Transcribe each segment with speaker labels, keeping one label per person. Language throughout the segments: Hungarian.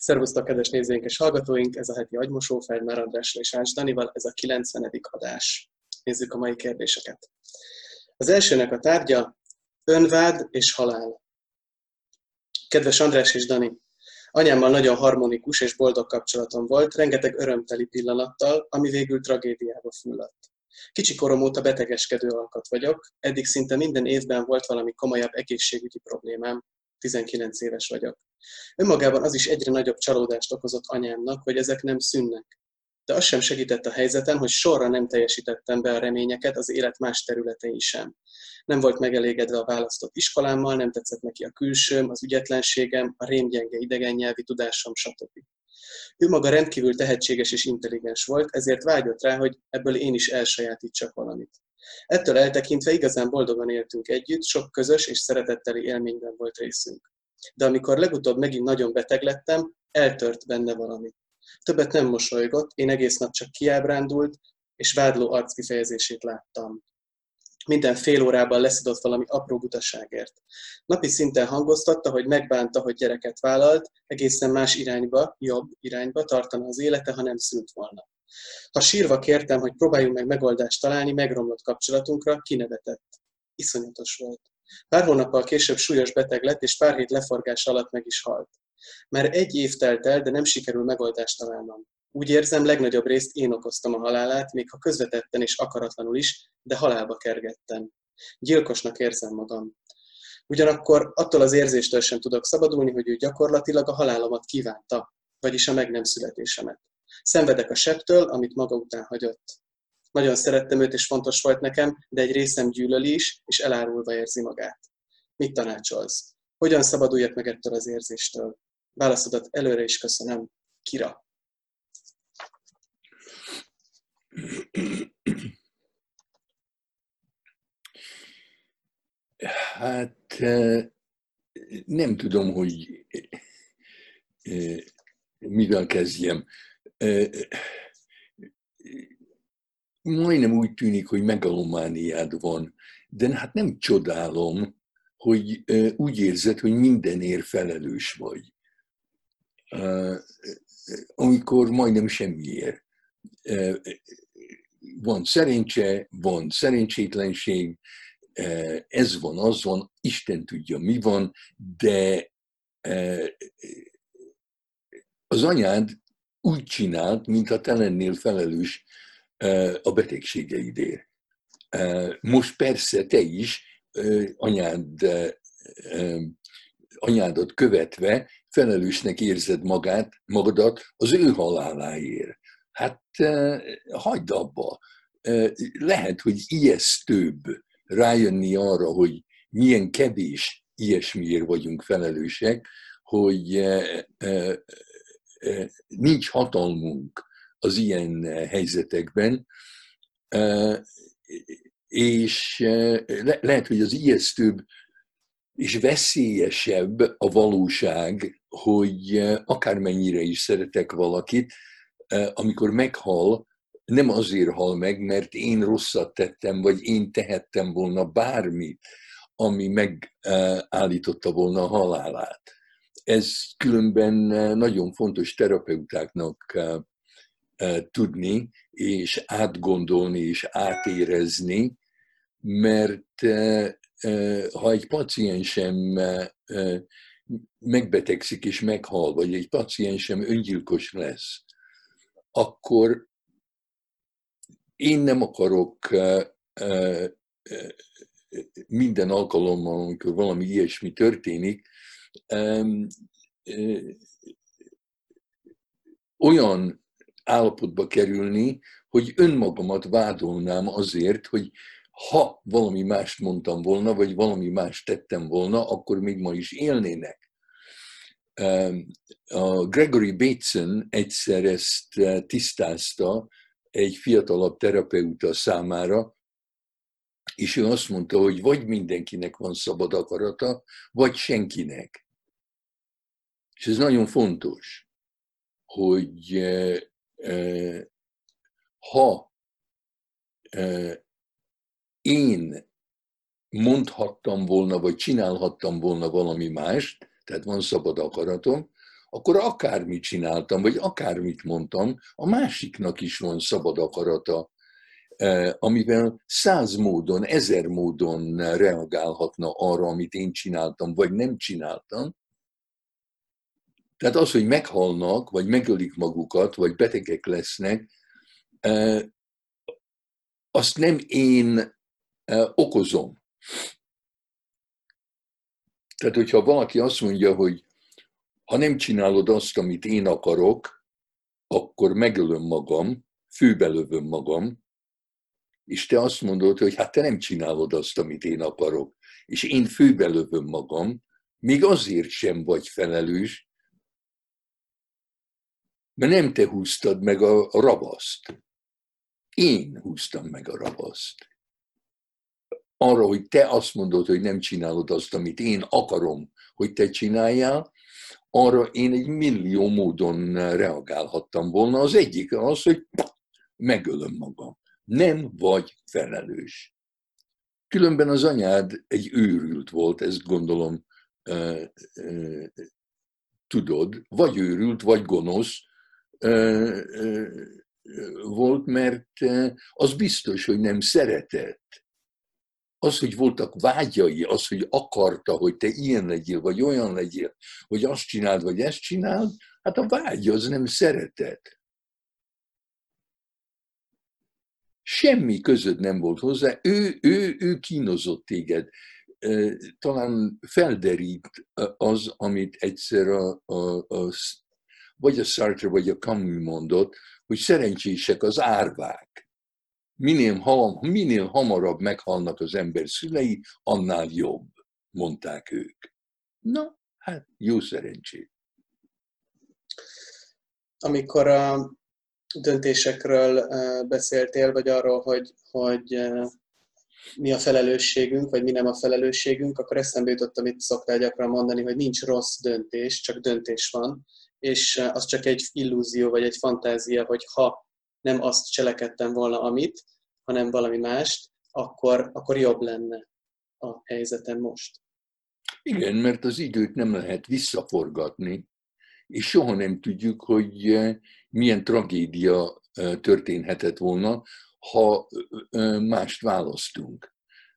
Speaker 1: Szervusztok, kedves nézőink és hallgatóink! Ez a heti agymosó Feldmár Andrással és Ács Danival, ez a 90. adás. Nézzük a mai kérdéseket. Az elsőnek a tárgya önvád és halál. Kedves András és Dani, anyámmal nagyon harmonikus és boldog kapcsolatom volt, rengeteg örömteli pillanattal, ami végül tragédiába fulladt. Kicsi korom óta betegeskedő alkat vagyok, eddig szinte minden évben volt valami komolyabb egészségügyi problémám, 19 éves vagyok. Önmagában az is egyre nagyobb csalódást okozott anyámnak, hogy ezek nem szűnnek. De az sem segített a helyzeten, hogy sorra nem teljesítettem be a reményeket az élet más területein sem. Nem volt megelégedve a választott iskolámmal, nem tetszett neki a külsőm, az ügyetlenségem, a rémgyenge idegen nyelvi tudásom, stb. Ő maga rendkívül tehetséges és intelligens volt, ezért vágyott rá, hogy ebből én is elsajátítsak valamit. Ettől eltekintve igazán boldogan éltünk együtt, sok közös és szeretetteli élményben volt részünk. De amikor legutóbb megint nagyon beteg lettem, eltört benne valami. Többet nem mosolygott, én egész nap csak kiábrándult, és vádló arckifejezését láttam. Minden fél órában leszidott valami apró butaságért. Napi szinten hangoztatta, hogy megbánta, hogy gyereket vállalt, egészen más irányba, jobb irányba tartana az élete, ha nem szült volna. Ha sírva kértem, hogy próbáljunk meg megoldást találni megromlott kapcsolatunkra, kinevetett. Iszonyatos volt. Pár hónappal később súlyos beteg lett, és pár hét leforgása alatt meg is halt. Már egy év telt el, de nem sikerül megoldást találnom. Úgy érzem, legnagyobb részt én okoztam a halálát, még ha közvetetten és akaratlanul is, de halálba kergettem. Gyilkosnak érzem magam. Ugyanakkor attól az érzéstől sem tudok szabadulni, hogy ő gyakorlatilag a halálomat kívánta, vagyis a meg nem születésemet. Szenvedek a sebtől, amit maga után hagyott. Nagyon szerettem őt, és fontos volt nekem, de egy részem gyűlöli is, és elárulva érzi magát. Mit tanácsolsz? Hogyan szabaduljak meg ettől az érzéstől? Válaszodat előre is köszönöm. Kira.
Speaker 2: Hát nem tudom, hogy mivel kezdjem. Majdnem úgy tűnik, hogy megalomániád van, de hát nem csodálom, hogy úgy érzed, hogy mindenért felelős vagy. Amikor majdnem semmiért. Van szerencse, van szerencsétlenség, ez van, az van, Isten tudja, mi van, de az anyád úgy csinált, mintha te lennél felelős a betegségeidért. Most persze te is anyádat követve felelősnek érzed magadat az ő haláláért. Hát hagyd abba. Lehet, hogy ijesztőbb rájönni arra, hogy milyen kevés ilyesmiért vagyunk felelősek, hogy nincs hatalmunk az ilyen helyzetekben, és lehet, hogy az ijesztőbb és veszélyesebb a valóság, hogy akármennyire is szeretek valakit, amikor meghal, nem azért hal meg, mert én rosszat tettem, vagy én tehettem volna bármit, ami megállította volna a halálát. Ez különben nagyon fontos terapeutáknak tudni, és átgondolni, és átérezni, mert ha egy paciensem megbetegszik és meghal, vagy egy paciensem öngyilkos lesz, akkor én nem akarok minden alkalommal, amikor valami ilyesmi történik, olyan állapotba kerülni, hogy önmagamat vádolnám azért, hogy ha valami mást mondtam volna, vagy valami mást tettem volna, akkor még ma is élnének. A Gregory Bateson egyszer ezt tisztázta egy fiatalabb terapeuta számára, és ő azt mondta, hogy vagy mindenkinek van szabad akarata, vagy senkinek. És ez nagyon fontos, hogy ha én mondhattam volna, vagy csinálhattam volna valami mást, tehát van szabad akaratom, akkor akármit csináltam, vagy akármit mondtam, a másiknak is van szabad akarata, amivel 100 módon, 1000 módon reagálhatna arra, amit én csináltam, vagy nem csináltam. Tehát az, hogy meghalnak, vagy megölik magukat, vagy betegek lesznek, azt nem én okozom. Tehát, hogyha valaki azt mondja, hogy ha nem csinálod azt, amit én akarok, akkor megölöm magam, főbelövöm magam, és te azt mondod, hogy hát te nem csinálod azt, amit én akarok, és én főbelövöm magam, még azért sem vagy felelős, mert nem te húztad meg a ravaszt. Én húztam meg a ravaszt. Arra, hogy te azt mondod, hogy nem csinálod azt, amit én akarom, hogy te csináljál, arra én egy millió módon reagálhattam volna. Az egyik az, hogy megölöm magam. Nem vagy felelős. Különben az anyád egy őrült volt, ezt gondolom tudod, vagy őrült, vagy gonosz volt, mert az biztos, hogy nem szeretett. Az, hogy voltak vágyai, az, hogy akarta, hogy te ilyen legyél, vagy olyan legyél, hogy azt csináld, vagy ezt csináld, hát a vágy az nem szeretet. Semmi között nem volt hozzá, ő kínozott téged. Talán felderít az, amit egyszer vagy a Sartre, vagy a Camus mondott, hogy szerencsések az árvák. Minél hamarabb meghalnak az ember szülei, annál jobb, mondták ők. Na, hát jó szerencsét.
Speaker 1: Amikor a döntésekről beszéltél, vagy arról, hogy mi a felelősségünk, vagy mi nem a felelősségünk, akkor eszembe jutott, amit szoktál gyakran mondani, hogy nincs rossz döntés, csak döntés van, és az csak egy illúzió, vagy egy fantázia, hogy ha nem azt cselekedtem volna, amit, hanem valami mást, akkor jobb lenne a helyzetem most.
Speaker 2: Igen, mert az időt nem lehet visszaforgatni, és soha nem tudjuk, hogy milyen tragédia történhetett volna, ha mást választunk.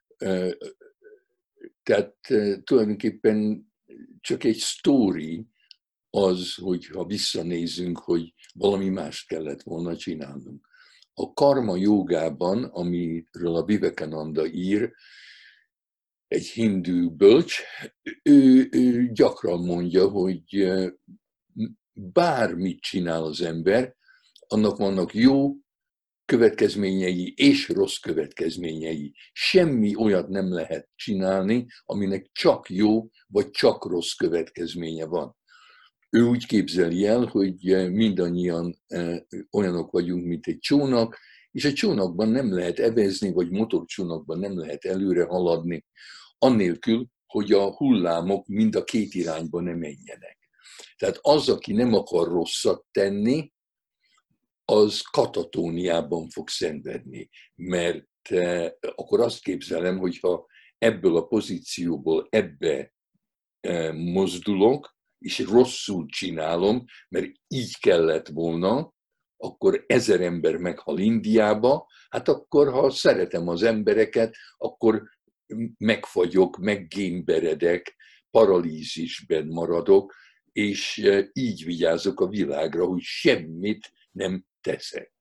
Speaker 2: Tehát tulajdonképpen csak egy sztori az, hogyha visszanézünk, hogy valami mást kellett volna csinálnunk. A karma jogában, amiről a Vivekananda ír, egy hindu bölcs, ő gyakran mondja, hogy bármit csinál az ember, annak vannak jó következményei és rossz következményei. Semmi olyat nem lehet csinálni, aminek csak jó vagy csak rossz következménye van. Ő úgy képzeli el, hogy mindannyian olyanok vagyunk, mint egy csónak, és a csónakban nem lehet evezni, vagy motorcsónakban nem lehet előre haladni, annélkül, hogy a hullámok mind a két irányba ne menjenek. Tehát az, aki nem akar rosszat tenni, az katatóniában fog szenvedni, mert akkor azt képzelem, hogyha ebből a pozícióból ebbe mozdulok, és rosszul csinálom, mert így kellett volna, akkor 1000 ember meghal Indiába, hát akkor, ha szeretem az embereket, akkor megfagyok, meggémberedek, paralízisben maradok, és így vigyázok a világra, hogy semmit nem teszek.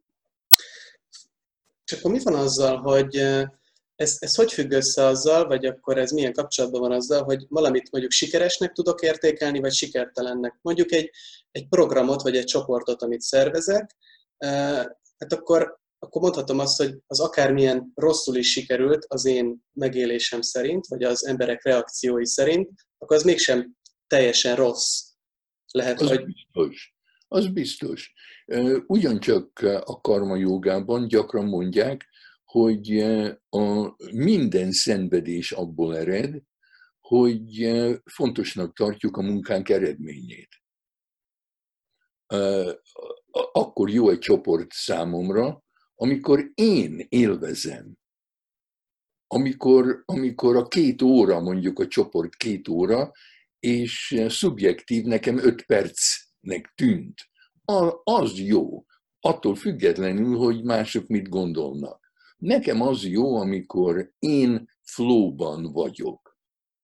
Speaker 1: És akkor mi van azzal, hogy ez hogy függ össze azzal, vagy akkor ez milyen kapcsolatban van azzal, hogy valamit mondjuk sikeresnek tudok értékelni, vagy sikertelennek? Mondjuk egy programot, vagy egy csoportot, amit szervezek, hát akkor mondhatom azt, hogy az akármilyen rosszul is sikerült az én megélésem szerint, vagy az emberek reakciói szerint, akkor az mégsem teljesen rossz. Lehet,
Speaker 2: az
Speaker 1: hogy...
Speaker 2: biztos. Az biztos. Ugyancsak a karma jogában gyakran mondják, hogy minden szenvedés abból ered, hogy fontosnak tartjuk a munkánk eredményét. Akkor jó egy csoport számomra, amikor én élvezem. Amikor a 2 óra, mondjuk a csoport 2 óra, és szubjektív, nekem 5 percnek tűnt. Az jó, attól függetlenül, hogy mások mit gondolnak. Nekem az jó, amikor én flowban vagyok.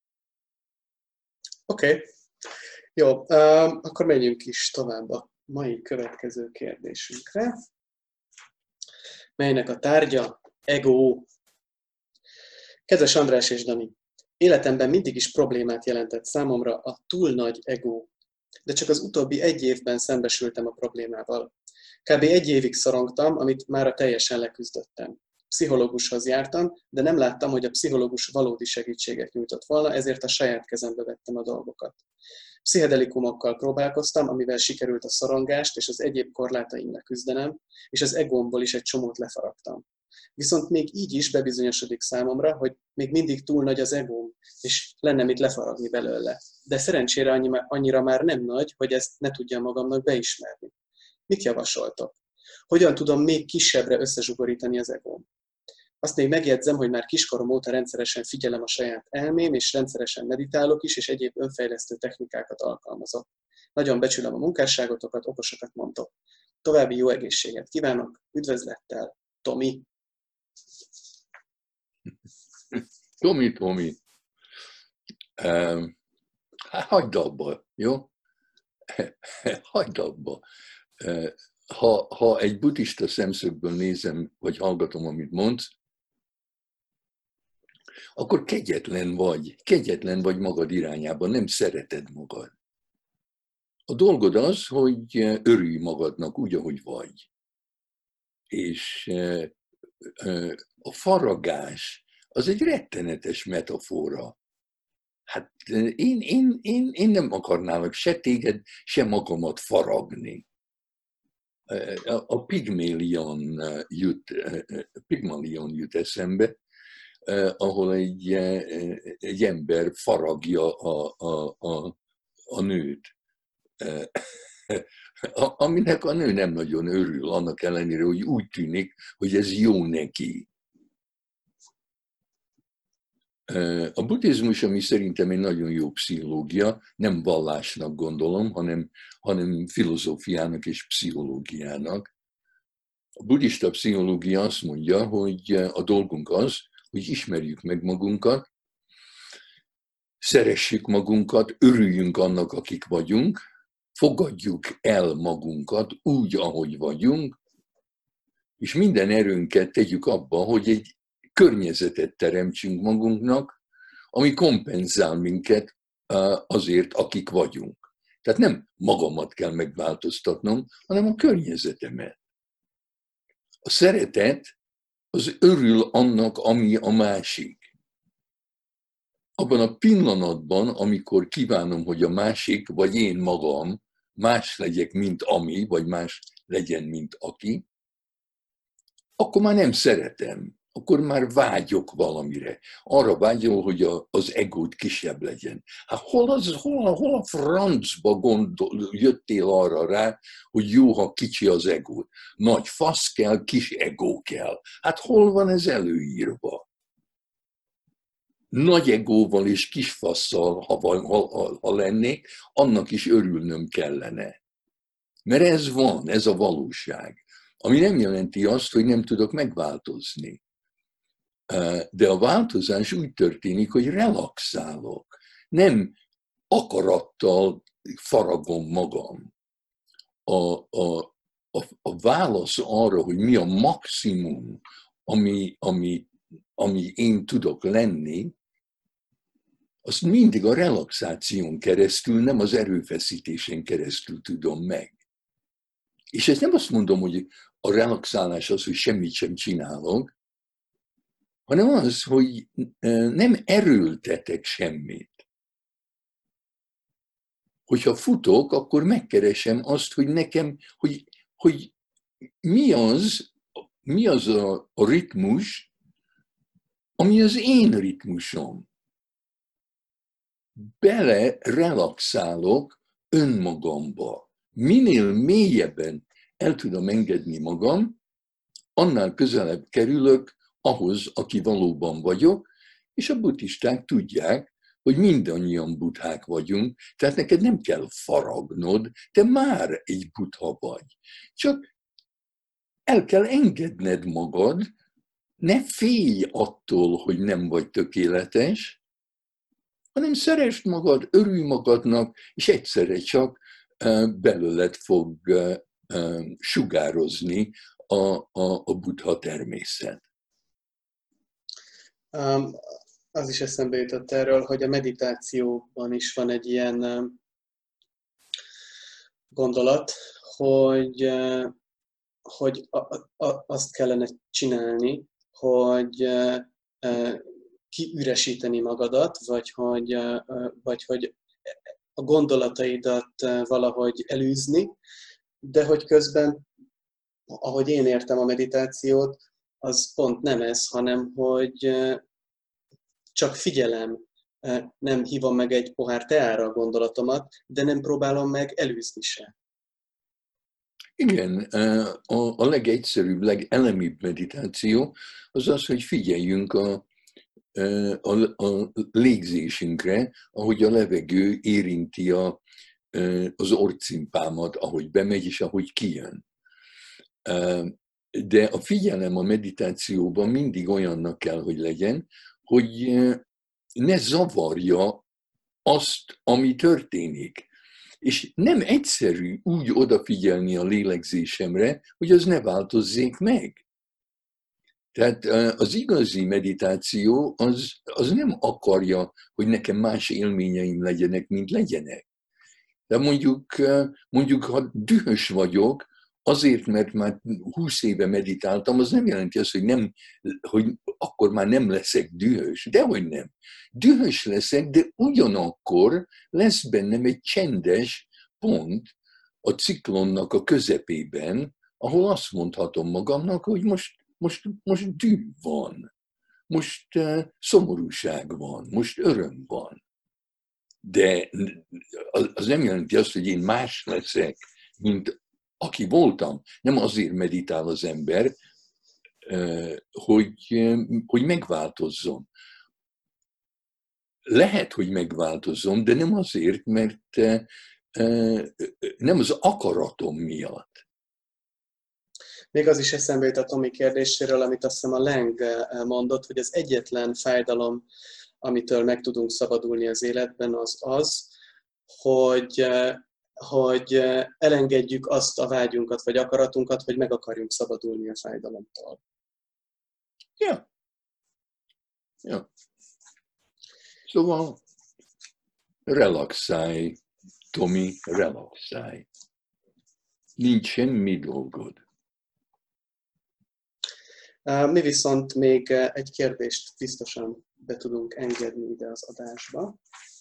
Speaker 1: Oké. Jó, akkor menjünk is tovább a mai következő kérdésünkre, melynek a tárgya ego. Kedves András és Dani, életemben mindig is problémát jelentett számomra a túl nagy ego, de csak az utóbbi 1 évben szembesültem a problémával. Kb. 1 évig szorongtam, amit mára teljesen leküzdöttem. Pszichológushoz jártam, de nem láttam, hogy a pszichológus valódi segítséget nyújtott volna, ezért a saját kezembe vettem a dolgokat. Pszichedelikumokkal próbálkoztam, amivel sikerült a szorongást és az egyéb korlátaim leküzdenem, és az egómból is egy csomót lefaragtam. Viszont még így is bebizonyosodik számomra, hogy még mindig túl nagy az egóm, és lenne mit lefaragni belőle. De szerencsére annyira már nem nagy, hogy ezt ne tudjam magamnak beismerni. Mit javasoltok? Hogyan tudom még kisebbre összezsugorítani az egóm? Azt még megjegyzem, hogy már kiskorom óta rendszeresen figyelem a saját elmém, és rendszeresen meditálok is, és egyéb önfejlesztő technikákat alkalmazok. Nagyon becsülöm a munkásságotokat, okosokat mondtok. További jó egészséget kívánok, üdvözlettel, Tomi.
Speaker 2: Tomi. Hagyd abba, jó? Hagyd abba. Ha egy buddhista szemszögből nézem, vagy hallgatom, amit mondsz, akkor kegyetlen vagy magad irányában, nem szereted magad. A dolgod az, hogy örülj magadnak úgy, ahogy vagy. És a faragás az egy rettenetes metafora. Hát én nem akarnálak se téged, se magamat faragni. A Pygmalion jut eszembe, ahol egy ember faragja a nőt. Aminek a nő nem nagyon örül, annak ellenére, hogy úgy tűnik, hogy ez jó neki. A buddhizmus, ami szerintem egy nagyon jó pszichológia, nem vallásnak gondolom, hanem filozófiának és pszichológiának. A buddhista pszichológia azt mondja, hogy a dolgunk az, hogy ismerjük meg magunkat, szeressük magunkat, örüljünk annak, akik vagyunk, fogadjuk el magunkat úgy, ahogy vagyunk, és minden erőnket tegyük abba, hogy egy környezetet teremtsünk magunknak, ami kompenzál minket azért, akik vagyunk. Tehát nem magamat kell megváltoztatnom, hanem a környezetemet. A szeretet az örül annak, ami a másik. Abban a pillanatban, amikor kívánom, hogy a másik, vagy én magam más legyek, mint ami, vagy más legyen, mint aki, akkor már nem szeretem. Akkor már vágyok valamire. Arra vágyom, hogy az egót kisebb legyen. Hát hol a francba jöttél arra rá, hogy jó, ha kicsi az egó? Nagy fasz kell, kis egó kell. Hát hol van ez előírva? Nagy egóval és kis fasszal, ha lennék, annak is örülnöm kellene. Mert ez van, ez a valóság. Ami nem jelenti azt, hogy nem tudok megváltozni. De a változás úgy történik, hogy relaxálok. Nem akarattal faragom magam. A válasz arra, hogy mi a maximum, ami én tudok lenni, azt mindig a relaxáción keresztül, nem az erőfeszítésen keresztül tudom meg. És ezt nem azt mondom, hogy a relaxálás az, hogy semmit sem csinálok, hanem az, hogy nem erőltetek semmit. Hogyha futok, akkor megkeresem azt, hogy nekem, hogy mi az a ritmus, ami az én ritmusom. Bele relaxálok önmagamba. Minél mélyebben el tudom engedni magam, annál közelebb kerülök ahhoz, aki valóban vagyok, és a buddhisták tudják, hogy mindannyian buddhák vagyunk, tehát neked nem kell faragnod, te már egy buddha vagy. Csak el kell engedned magad, ne félj attól, hogy nem vagy tökéletes, hanem szeresd magad, örülj magadnak, és egyszerre csak belőled fog sugározni a buddha természet.
Speaker 1: Az is eszembe jutott erről, hogy a meditációban is van egy ilyen gondolat, hogy azt kellene csinálni, hogy kiüresíteni magadat, vagy hogy a gondolataidat valahogy elűzni, de hogy közben, ahogy én értem a meditációt, az pont nem ez, hanem hogy csak figyelem, nem hívom meg egy pohár teára a gondolatomat, de nem próbálom meg elűzni se.
Speaker 2: Igen, a legegyszerűbb, legelemibb meditáció az az, hogy figyeljünk a légzésünkre, ahogy a levegő érinti az orrcimpámat, ahogy bemegy és ahogy kijön. De a figyelem a meditációban mindig olyannak kell, hogy legyen, hogy ne zavarja azt, ami történik. És nem egyszerű úgy odafigyelni a lélegzésemre, hogy az ne változzék meg. Tehát az igazi meditáció az nem akarja, hogy nekem más élményeim legyenek, mint legyenek. De mondjuk ha dühös vagyok, azért, mert már 20 éve meditáltam, az nem jelenti azt, hogy akkor már nem leszek dühös. Dehogy nem. Dühös leszek, de ugyanakkor lesz bennem egy csendes pont a ciklonnak a közepében, ahol azt mondhatom magamnak, hogy most düh van, most szomorúság van, most öröm van. De az nem jelenti azt, hogy én más leszek, mint aki voltam. Nem azért meditál az ember, hogy megváltozzon. Lehet, hogy megváltozzon, de nem azért, mert nem az akaratom miatt.
Speaker 1: Még az is eszembe jut a Tomi kérdéséről, amit azt hiszem a Leng mondott, hogy az egyetlen fájdalom, amitől meg tudunk szabadulni az életben, az, hogy elengedjük azt a vágyunkat, vagy akaratunkat, hogy meg akarjunk szabadulni a fájdalomtól.
Speaker 2: Ja. Szóval relaxálj, Tomi, relaxálj. Nincs semmi dolgod.
Speaker 1: Mi viszont még egy kérdést biztosan be tudunk engedni ide az adásba.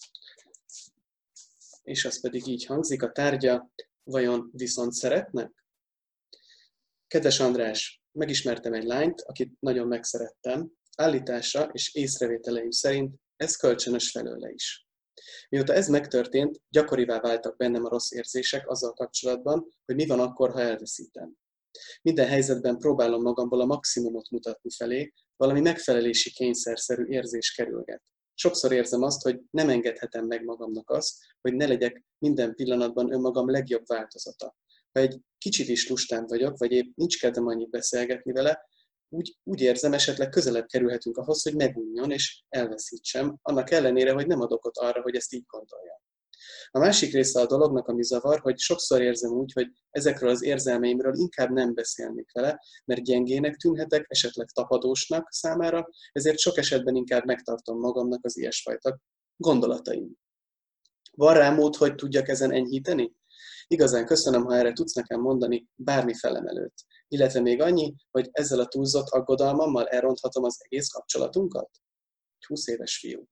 Speaker 1: És az pedig így hangzik, a tárgya vajon viszont szeretnek? Kedves András, megismertem egy lányt, akit nagyon megszerettem. Állítása és észrevételeim szerint ez kölcsönös felőle is. Mióta ez megtörtént, gyakorivá váltak bennem a rossz érzések azzal kapcsolatban, hogy mi van akkor, ha elveszítem. Minden helyzetben próbálom magamból a maximumot mutatni felé, valami megfelelési kényszerszerű érzés kerülget. Sokszor érzem azt, hogy nem engedhetem meg magamnak azt, hogy ne legyek minden pillanatban önmagam legjobb változata. Ha egy kicsit is lustán vagyok, vagy épp nincs kedvem annyit beszélgetni vele, úgy érzem, esetleg közelebb kerülhetünk ahhoz, hogy megunjon és elveszítsem, annak ellenére, hogy nem ad okot arra, hogy ezt így gondolja. A másik része a dolognak, ami zavar, hogy sokszor érzem úgy, hogy ezekről az érzelmeimről inkább nem beszélnék vele, mert gyengének tűnhetek, esetleg tapadósnak számára, ezért sok esetben inkább megtartom magamnak az ilyesfajta gondolataim. Van rá mód, hogy tudjak ezen enyhíteni? Igazán köszönöm, ha erre tudsz nekem mondani bármi felemelőt. Illetve még annyi, hogy ezzel a túlzott aggodalmammal elronthatom az egész kapcsolatunkat? 20 éves fiú.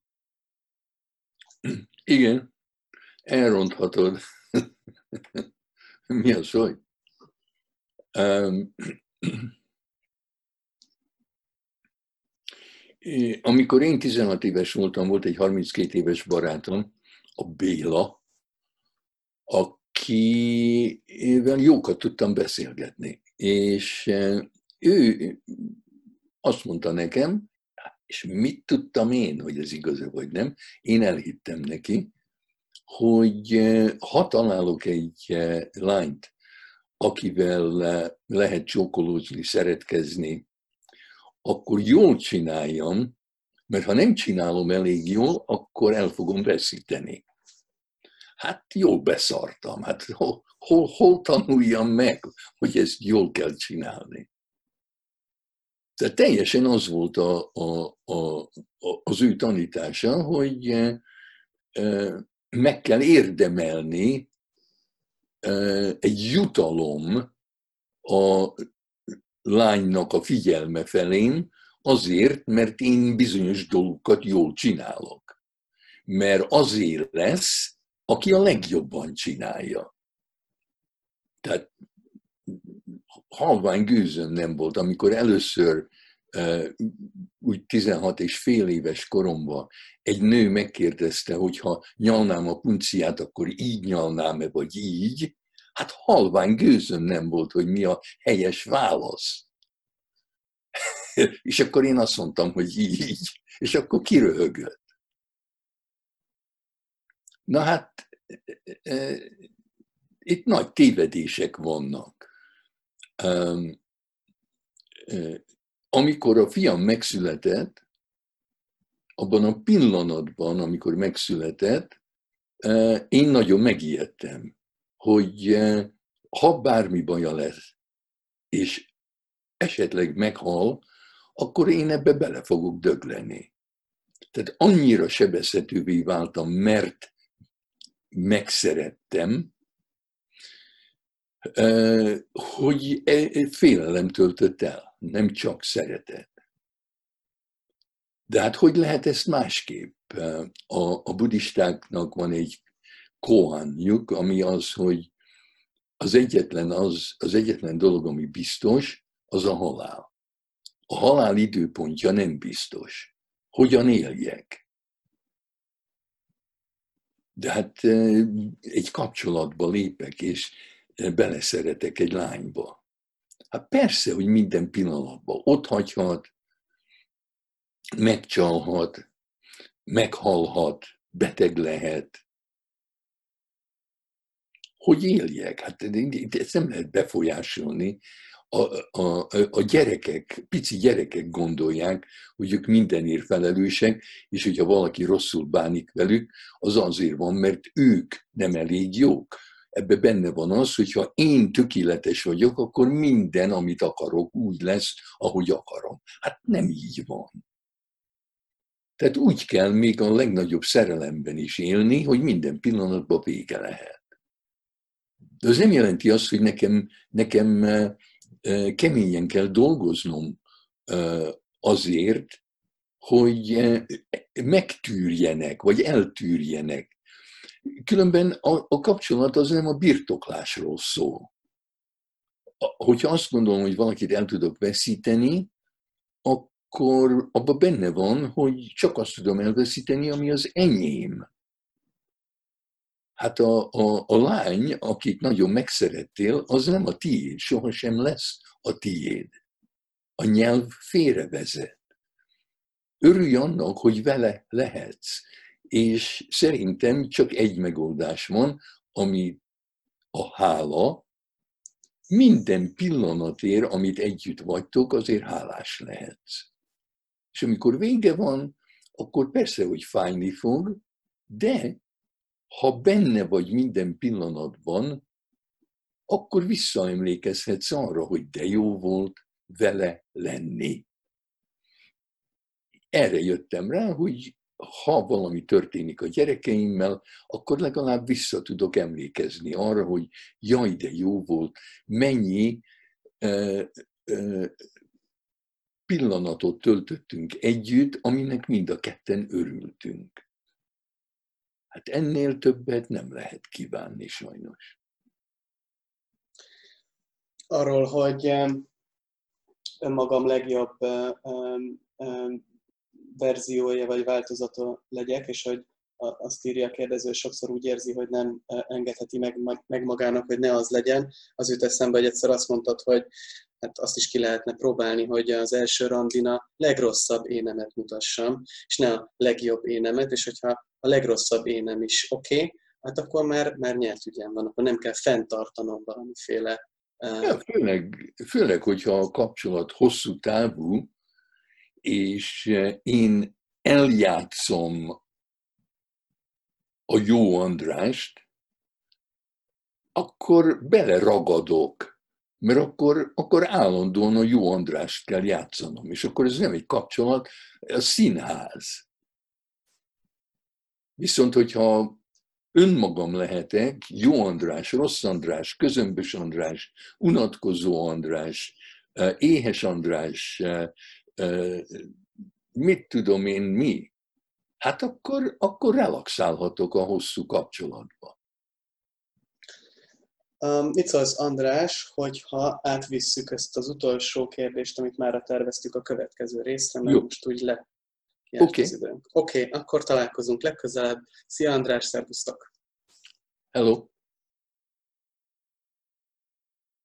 Speaker 2: Igen, elronthatod. Mi az, hogy? Amikor én 16 éves voltam, volt egy 32 éves barátom, a Béla, akivel jókat tudtam beszélgetni. És ő azt mondta nekem, És mit tudtam én, hogy ez igaz vagy nem? Én elhittem neki, hogy ha találok egy lányt, akivel lehet csókolózni, szeretkezni, akkor jól csináljam, mert ha nem csinálom elég jól, akkor el fogom veszíteni. Hát jól beszartam, hát hol tanuljam meg, hogy ezt jól kell csinálni. Tehát teljesen az volt az ő tanítása, hogy meg kell érdemelni egy jutalom a lánynak a figyelme felén, azért, mert én bizonyos dolgokat jól csinálok. Mert azért lesz, aki a legjobban csinálja. Tehát halvány gőzöm nem volt, amikor először úgy 16 és fél éves koromban egy nő megkérdezte, hogy ha nyalnám a punciát, akkor így nyalnám-e, vagy így. Hát halvány gőzöm nem volt, hogy mi a helyes válasz. És akkor én azt mondtam, hogy így. És akkor kiröhögött. Na hát, itt nagy tévedések vannak. Amikor a fiam megszületett, abban a pillanatban, amikor megszületett, én nagyon megijedtem, hogy ha bármi baja lesz, és esetleg meghal, akkor én ebbe bele fogok dögleni. Tehát annyira sebezhetővé váltam, mert megszerettem, hogy félelem töltött el, nem csak szeretet. De hát hogy lehet ezt másképp? A buddhistáknak van egy koanjuk, ami az, hogy az egyetlen dolog, ami biztos, az a halál. A halál időpontja nem biztos. Hogyan éljek? De hát egy kapcsolatba lépek, és beleszeretek egy lányba. Hát persze, hogy minden pillanatban ott hagyhat, megcsalhat, meghalhat, beteg lehet. Hogy éljek? Hát ezt nem lehet befolyásolni. A gyerekek, pici gyerekek gondolják, hogy ők mindenért felelősek, és hogyha valaki rosszul bánik velük, az azért van, mert ők nem elég jók. Ebbe benne van az, hogy ha én tökéletes vagyok, akkor minden, amit akarok, úgy lesz, ahogy akarom. Hát nem így van. Tehát úgy kell még a legnagyobb szerelemben is élni, hogy minden pillanatban vége lehet. De az nem jelenti azt, hogy nekem keményen kell dolgoznom azért, hogy megtűrjenek, vagy eltűrjenek. Különben a kapcsolat az nem a birtoklásról szól. Hogyha azt gondolom, hogy valakit el tudok veszíteni, akkor abban benne van, hogy csak azt tudom elveszíteni, ami az enyém. Hát a lány, akit nagyon megszerettél, az nem a tiéd, sohasem lesz a tiéd. A nyelv félrevezet. Örülj annak, hogy vele lehetsz. És szerintem csak egy megoldás van, ami a hála. Minden pillanatért, amit együtt vagytok, azért hálás lehetsz. És amikor vége van, akkor persze, hogy fájni fog, de ha benne vagy minden pillanatban, akkor visszaemlékezhetsz arra, hogy de jó volt vele lenni. Erre jöttem rá, hogy ha valami történik a gyerekeimmel, akkor legalább vissza tudok emlékezni arra, hogy jaj, de jó volt, mennyi pillanatot töltöttünk együtt, aminek mind a ketten örültünk. Hát ennél többet nem lehet kívánni sajnos.
Speaker 1: Arról, hogy önmagam legjobb verziója vagy változata legyek, és hogy azt írja a kérdező, sokszor úgy érzi, hogy nem engedheti meg magának, hogy ne az legyen. Az jut eszembe, hogy egyszer azt mondtad, hogy hát azt is ki lehetne próbálni, hogy az első randin a legrosszabb énemet mutassam, és ne a legjobb énemet, és hogyha a legrosszabb énem is oké, hát akkor már nyert ügyem van, akkor nem kell fenntartanom valamiféle.
Speaker 2: Ja, főleg, hogyha a kapcsolat hosszú távú, és én eljátszom a jó Andrást, akkor beleragadok, mert akkor állandóan a jó Andrást kell játszanom, és akkor ez nem egy kapcsolat, a színház. Viszont, hogyha önmagam lehetek, jó András, rossz András, közömbös András, unatkozó András, éhes András, mit tudom én mi, hát akkor relaxálhatok a hosszú kapcsolatba.
Speaker 1: Mit szólsz, András, hogyha átvisszük ezt az utolsó kérdést, amit már terveztük a következő részre, mert most úgy lejárt az időnk. Oké, akkor találkozunk legközelebb. Szia András, szervusztok!
Speaker 2: Hello!